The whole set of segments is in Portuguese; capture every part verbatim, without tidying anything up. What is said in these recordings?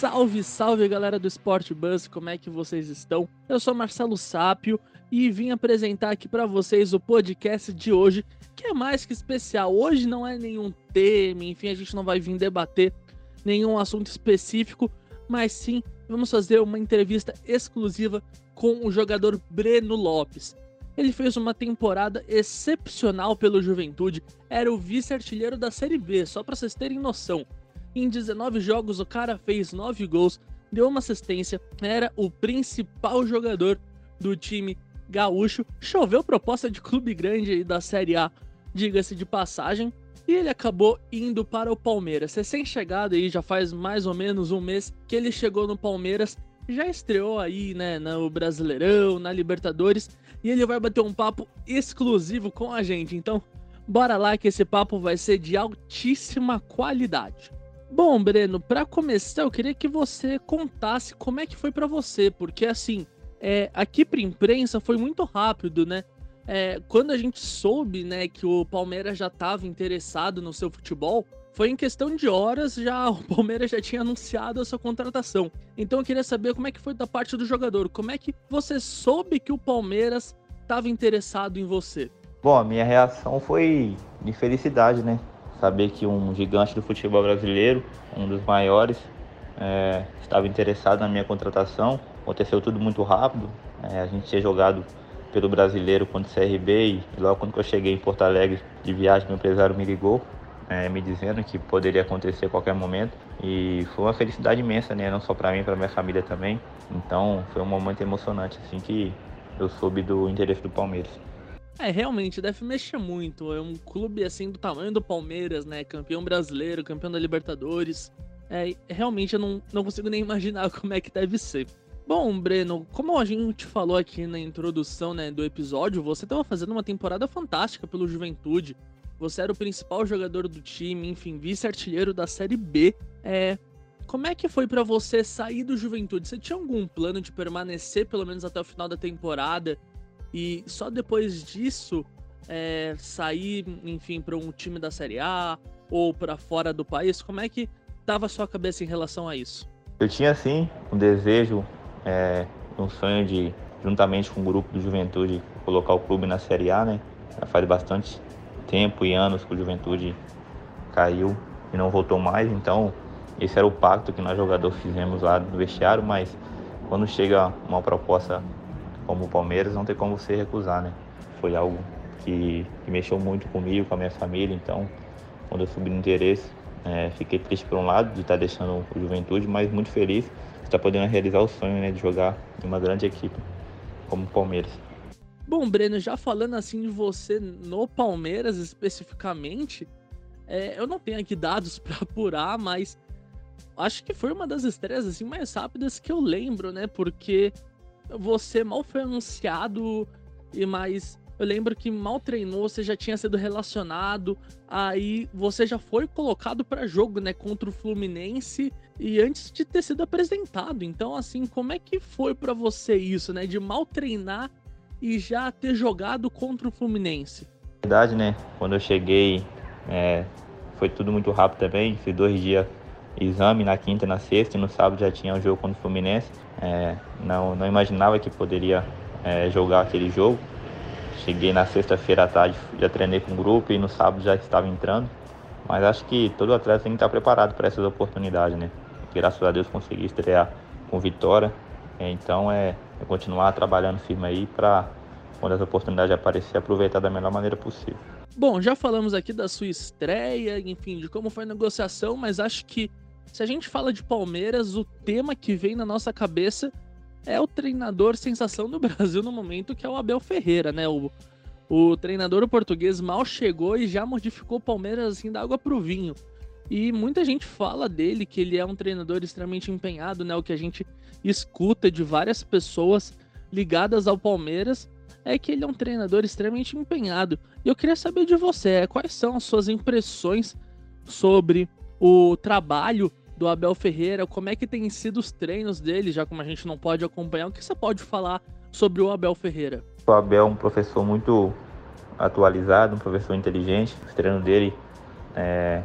Salve, salve galera do Sport Buzz, como é que vocês estão? Eu sou Marcelo Sápio e vim apresentar aqui pra vocês o podcast de hoje, que é mais que especial. Hoje não é nenhum tema, enfim, a gente não vai vir debater nenhum assunto específico, mas sim vamos fazer uma entrevista exclusiva com o jogador Breno Lopes. Ele fez uma temporada excepcional pelo Juventude, era o vice-artilheiro da Série B, só pra vocês terem noção. Em dezenove jogos o cara fez nove gols, deu uma assistência, era o principal jogador do time gaúcho. Choveu proposta de clube grande aí da Série A, diga-se de passagem, e ele acabou indo para o Palmeiras. Recém-chegado aí, já faz mais ou menos um mês que ele chegou no Palmeiras, já estreou aí, né, no Brasileirão, na Libertadores, e ele vai bater um papo exclusivo com a gente. Então, bora lá que esse papo vai ser de altíssima qualidade. Bom, Breno, para começar, eu queria que você contasse como é que foi para você, porque assim, é, aqui pra imprensa foi muito rápido, né? É, quando a gente soube, né, que o Palmeiras já estava interessado no seu futebol, foi em questão de horas, já o Palmeiras já tinha anunciado a sua contratação. Então eu queria saber como é que foi da parte do jogador, como é que você soube que o Palmeiras estava interessado em você? Bom, a minha reação foi de felicidade, né? Saber que um gigante do futebol brasileiro, um dos maiores, é, estava interessado na minha contratação. Aconteceu tudo muito rápido. É, a gente tinha jogado pelo Brasileiro contra o C R B e logo quando eu cheguei em Porto Alegre de viagem, meu empresário me ligou, é, me dizendo que poderia acontecer a qualquer momento. E foi uma felicidade imensa, né? Não só para mim, para minha família também. Então foi um momento emocionante assim que eu soube do interesse do Palmeiras. É, realmente, deve mexer muito. É um clube, assim, do tamanho do Palmeiras, né? Campeão brasileiro, campeão da Libertadores. É, realmente, eu não, não consigo nem imaginar como é que deve ser. Bom, Breno, como a gente falou aqui na introdução, né, do episódio, você estava fazendo uma temporada fantástica pelo Juventude. Você era o principal jogador do time, enfim, vice-artilheiro da Série B. É, como é que foi pra você sair do Juventude? Você tinha algum plano de permanecer, pelo menos até o final da temporada? E só depois disso, é, sair, enfim, para um time da Série A ou para fora do país? Como é que estava a sua cabeça em relação a isso? Eu tinha, sim, um desejo, é, um sonho de, juntamente com o grupo do Juventude, colocar o clube na Série A, né? Já faz bastante tempo e anos que o Juventude caiu e não voltou mais, então esse era o pacto que nós jogadores fizemos lá no vestiário, mas quando chega uma proposta como o Palmeiras, não tem como você recusar, né? Foi algo que, que mexeu muito comigo, com a minha família, então quando eu subi no interesse, é, fiquei triste por um lado de estar deixando o Juventude, mas muito feliz de estar podendo realizar o sonho, né, de jogar em uma grande equipe como o Palmeiras. Bom, Breno, já falando assim de você no Palmeiras especificamente, é, eu não tenho aqui dados para apurar, mas acho que foi uma das estreias assim mais rápidas que eu lembro, né? Porque você mal foi anunciado, e mais eu lembro que mal treinou, você já tinha sido relacionado, aí você já foi colocado para jogo, né, contra o Fluminense e antes de ter sido apresentado. Então, assim, como é que foi para você isso, né, de mal treinar e já ter jogado contra o Fluminense? Verdade, né? Quando eu cheguei, é, foi tudo muito rápido também. Fiz dois dias exame na quinta e na sexta, e no sábado já tinha um jogo contra o Fluminense. É, não, não imaginava que poderia é, jogar aquele jogo. Cheguei na sexta-feira à tarde, já treinei com o grupo e no sábado já estava entrando. Mas acho que todo atleta tem que estar preparado para essas oportunidades, né? Graças a Deus consegui estrear com vitória. É, então é, é continuar trabalhando firme aí para, quando as oportunidades aparecerem, aproveitar da melhor maneira possível. Bom, já falamos aqui da sua estreia, enfim, de como foi a negociação, mas acho que se a gente fala de Palmeiras, o tema que vem na nossa cabeça é o treinador sensação do Brasil no momento, que é o Abel Ferreira, né? O, o treinador português mal chegou e já modificou o Palmeiras assim da água pro vinho. E muita gente fala dele, que ele é um treinador extremamente empenhado, né? O que a gente escuta de várias pessoas ligadas ao Palmeiras é que ele é um treinador extremamente empenhado. E eu queria saber de você, quais são as suas impressões sobre o trabalho do Abel Ferreira, como é que tem sido os treinos dele, já como a gente não pode acompanhar, o que você pode falar sobre o Abel Ferreira? O Abel é um professor muito atualizado, um professor inteligente. Os treinos dele é,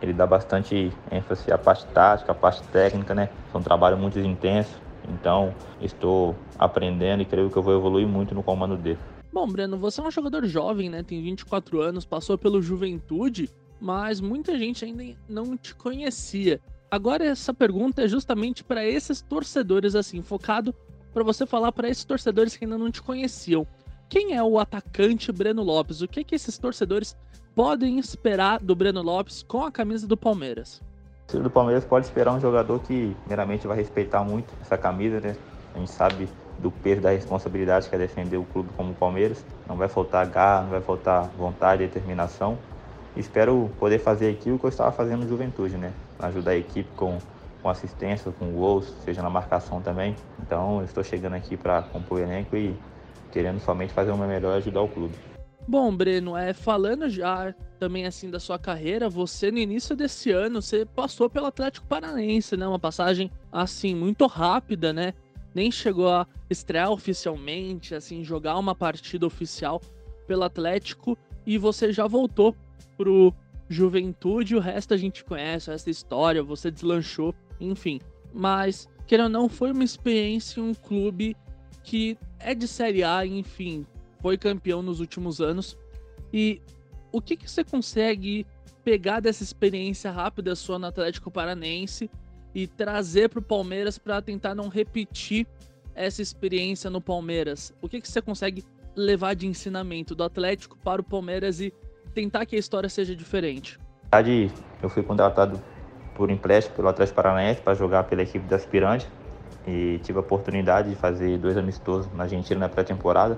ele dá bastante ênfase à parte tática, à parte técnica, né? É um trabalho muito intenso, então estou aprendendo e creio que eu vou evoluir muito no comando dele. Bom, Breno, você é um jogador jovem, né? Tem vinte e quatro anos, passou pelo Juventude, mas muita gente ainda não te conhecia. Agora essa pergunta é justamente para esses torcedores, assim, focado para você falar para esses torcedores que ainda não te conheciam. Quem é o atacante Breno Lopes? O que que esses torcedores podem esperar do Breno Lopes com a camisa do Palmeiras? O torcedor do Palmeiras pode esperar um jogador que, primeiramente, vai respeitar muito essa camisa, né? A gente sabe do peso da responsabilidade que é defender o clube como o Palmeiras. Não vai faltar garra, não vai faltar vontade e determinação. Espero poder fazer aqui o que eu estava fazendo no Juventude, né? Ajudar a equipe com, com assistência, com gols, seja na marcação também. Então, eu estou chegando aqui para compor o elenco e querendo somente fazer o meu melhor e ajudar o clube. Bom, Breno, é, falando já também assim da sua carreira, você no início desse ano, você passou pelo Atlético Paranaense, né? Uma passagem assim muito rápida, né? Nem chegou a estrear oficialmente, assim, jogar uma partida oficial pelo Atlético e você já voltou pro Juventude, o resto a gente conhece, essa história, você deslanchou, enfim. Mas, querendo ou não, foi uma experiência em um clube que é de Série A, enfim, foi campeão nos últimos anos. E o que, que você consegue pegar dessa experiência rápida sua no Atlético Paranaense e trazer para o Palmeiras para tentar não repetir essa experiência no Palmeiras? O que, que você consegue levar de ensinamento do Atlético para o Palmeiras e tentar que a história seja diferente? Eu fui contratado por empréstimo pelo Atlético Paranaense para jogar pela equipe da Aspirante e tive a oportunidade de fazer dois amistosos na Argentina na pré-temporada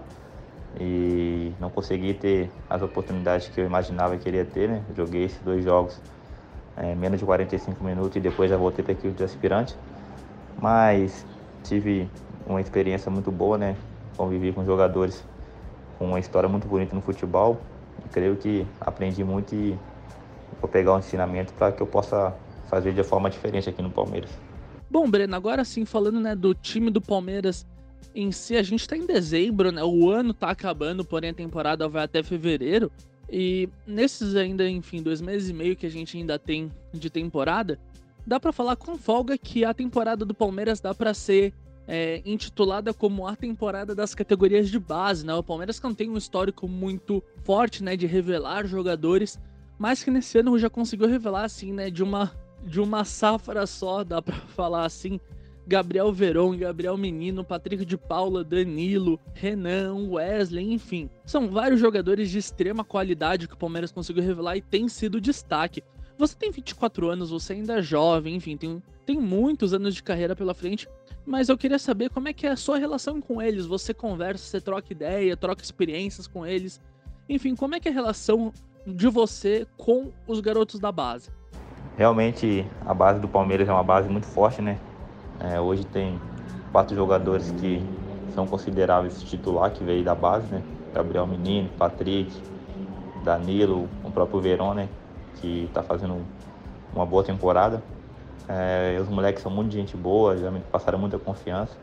e não consegui ter as oportunidades que eu imaginava que iria ter, né? Joguei esses dois jogos é, menos de quarenta e cinco minutos e depois já voltei para a equipe de Aspirante, mas tive uma experiência muito boa, né? Convivi com jogadores com uma história muito bonita no futebol. Creio que aprendi muito e vou pegar um ensinamento para que eu possa fazer de forma diferente aqui no Palmeiras. Bom, Breno, agora sim, falando, né, do time do Palmeiras em si, a gente tá em dezembro, né? O ano tá acabando, porém a temporada vai até fevereiro. E nesses ainda, enfim, dois meses e meio que a gente ainda tem de temporada, dá pra falar com folga que a temporada do Palmeiras dá pra ser é, intitulada como a temporada das categorias de base, né? O Palmeiras que não tem um histórico muito forte, né, de revelar jogadores, mas que nesse ano já conseguiu revelar, assim, né, de uma, de uma safra só, dá pra falar assim, Gabriel Veron, Gabriel Menino, Patrick de Paula, Danilo, Renan, Wesley, enfim. São vários jogadores de extrema qualidade que o Palmeiras conseguiu revelar e tem sido destaque. Você tem vinte e quatro anos, você ainda é jovem, enfim, tem, tem muitos anos de carreira pela frente, mas eu queria saber como é que é a sua relação com eles. Você conversa, você troca ideia, troca experiências com eles. Enfim, como é que é a relação de você com os garotos da base? Realmente, a base do Palmeiras é uma base muito forte, né? É, hoje tem quatro jogadores que são consideráveis titular, que veio da base, né? Gabriel Menino, Patrick, Danilo, o próprio Veron, né? Que está fazendo uma boa temporada. É, os moleques são muito de gente boa, já me passaram muita confiança.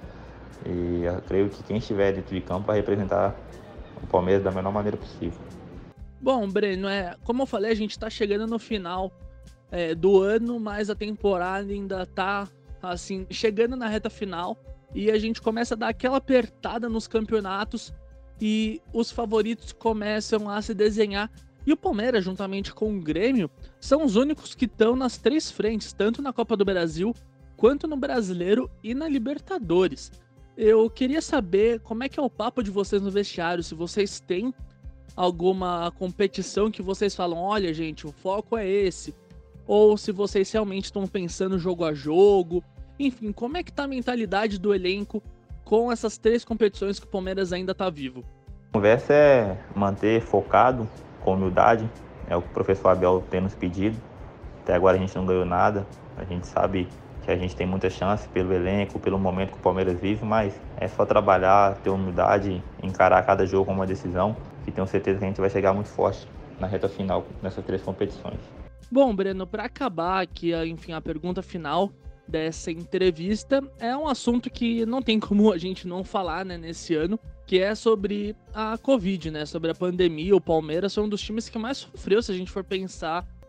E eu creio que quem estiver dentro de campo vai representar o Palmeiras da melhor maneira possível. Bom, Breno, é, como eu falei, a gente está chegando no final é, do ano, mas a temporada ainda está assim, chegando na reta final e a gente começa a dar aquela apertada nos campeonatos e os favoritos começam a se desenhar. E o Palmeiras, juntamente com o Grêmio, são os únicos que estão nas três frentes, tanto na Copa do Brasil, quanto no Brasileiro e na Libertadores. Eu queria saber como é que é o papo de vocês no vestiário, se vocês têm alguma competição que vocês falam, olha gente, o foco é esse, ou se vocês realmente estão pensando jogo a jogo. Enfim, como é que tá a mentalidade do elenco com essas três competições que o Palmeiras ainda tá vivo? A conversa é manter focado, com humildade, é o que o professor Abel tem nos pedido. Até agora a gente não ganhou nada, a gente sabe que a gente tem muita chance pelo elenco, pelo momento que o Palmeiras vive, mas é só trabalhar, ter humildade, encarar cada jogo como uma decisão, que tenho certeza que a gente vai chegar muito forte na reta final nessas três competições. Bom, Breno, para acabar aqui, enfim, a pergunta final dessa entrevista é um assunto que não tem como a gente não falar, né, nesse ano, que é sobre a Covid, né, sobre a pandemia. O Palmeiras foi um dos times que mais sofreu, se a gente for pensar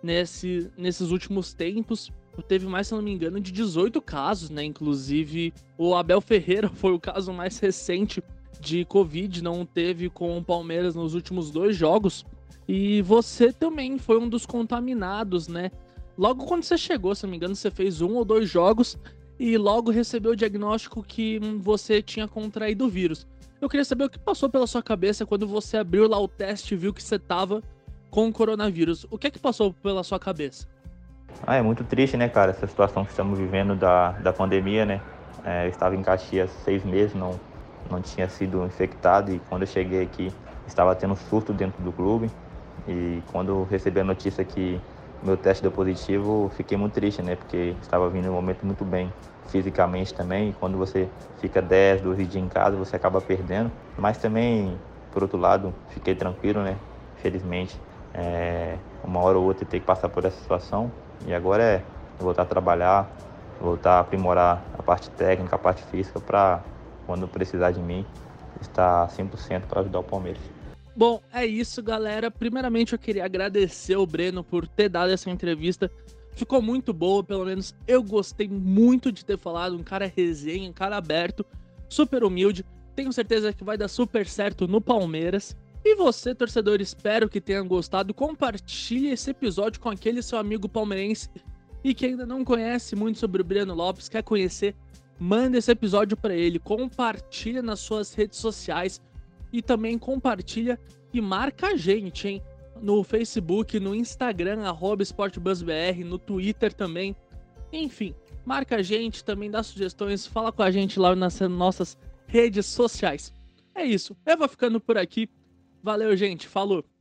nesse, nesses últimos tempos. Teve mais, se não me engano, de dezoito casos, né? Inclusive, o Abel Ferreira foi o caso mais recente de Covid, não teve com o Palmeiras nos últimos dois jogos. E você também foi um dos contaminados, né? Logo quando você chegou, se não me engano, você fez um ou dois jogos e logo recebeu o diagnóstico que você tinha contraído o vírus. Eu queria saber o que passou pela sua cabeça quando você abriu lá o teste e viu que você estava com o coronavírus. O que é que passou pela sua cabeça? Ah, é muito triste, né, cara, essa situação que estamos vivendo da, da pandemia, né? É, eu estava em Caxias seis meses, não, não tinha sido infectado, e quando eu cheguei aqui, estava tendo um surto dentro do clube. E quando eu recebi a notícia que meu teste deu positivo, fiquei muito triste, né? Porque estava vindo um momento muito bem fisicamente também, e quando você fica dez, doze dias em casa, você acaba perdendo. Mas também, por outro lado, fiquei tranquilo, né? Felizmente, é, uma hora ou outra ter que passar por essa situação. E agora é voltar a trabalhar, voltar a aprimorar a parte técnica, a parte física, para quando precisar de mim, estar cem por cento para ajudar o Palmeiras. Bom, é isso, galera. Primeiramente, eu queria agradecer o Breno por ter dado essa entrevista. Ficou muito boa, pelo menos eu gostei muito de ter falado. Um cara resenha, um cara aberto, super humilde. Tenho certeza que vai dar super certo no Palmeiras. E você, torcedor, espero que tenha gostado. Compartilhe esse episódio com aquele seu amigo palmeirense e que ainda não conhece muito sobre o Breno Lopes, quer conhecer, manda esse episódio para ele. Compartilha nas suas redes sociais e também compartilha e marca a gente, hein? No Facebook, no Instagram, arroba SportBuzzBR, no Twitter também. Enfim, marca a gente, também dá sugestões, fala com a gente lá nas nossas redes sociais. É isso, eu vou ficando por aqui. Valeu, gente. Falou.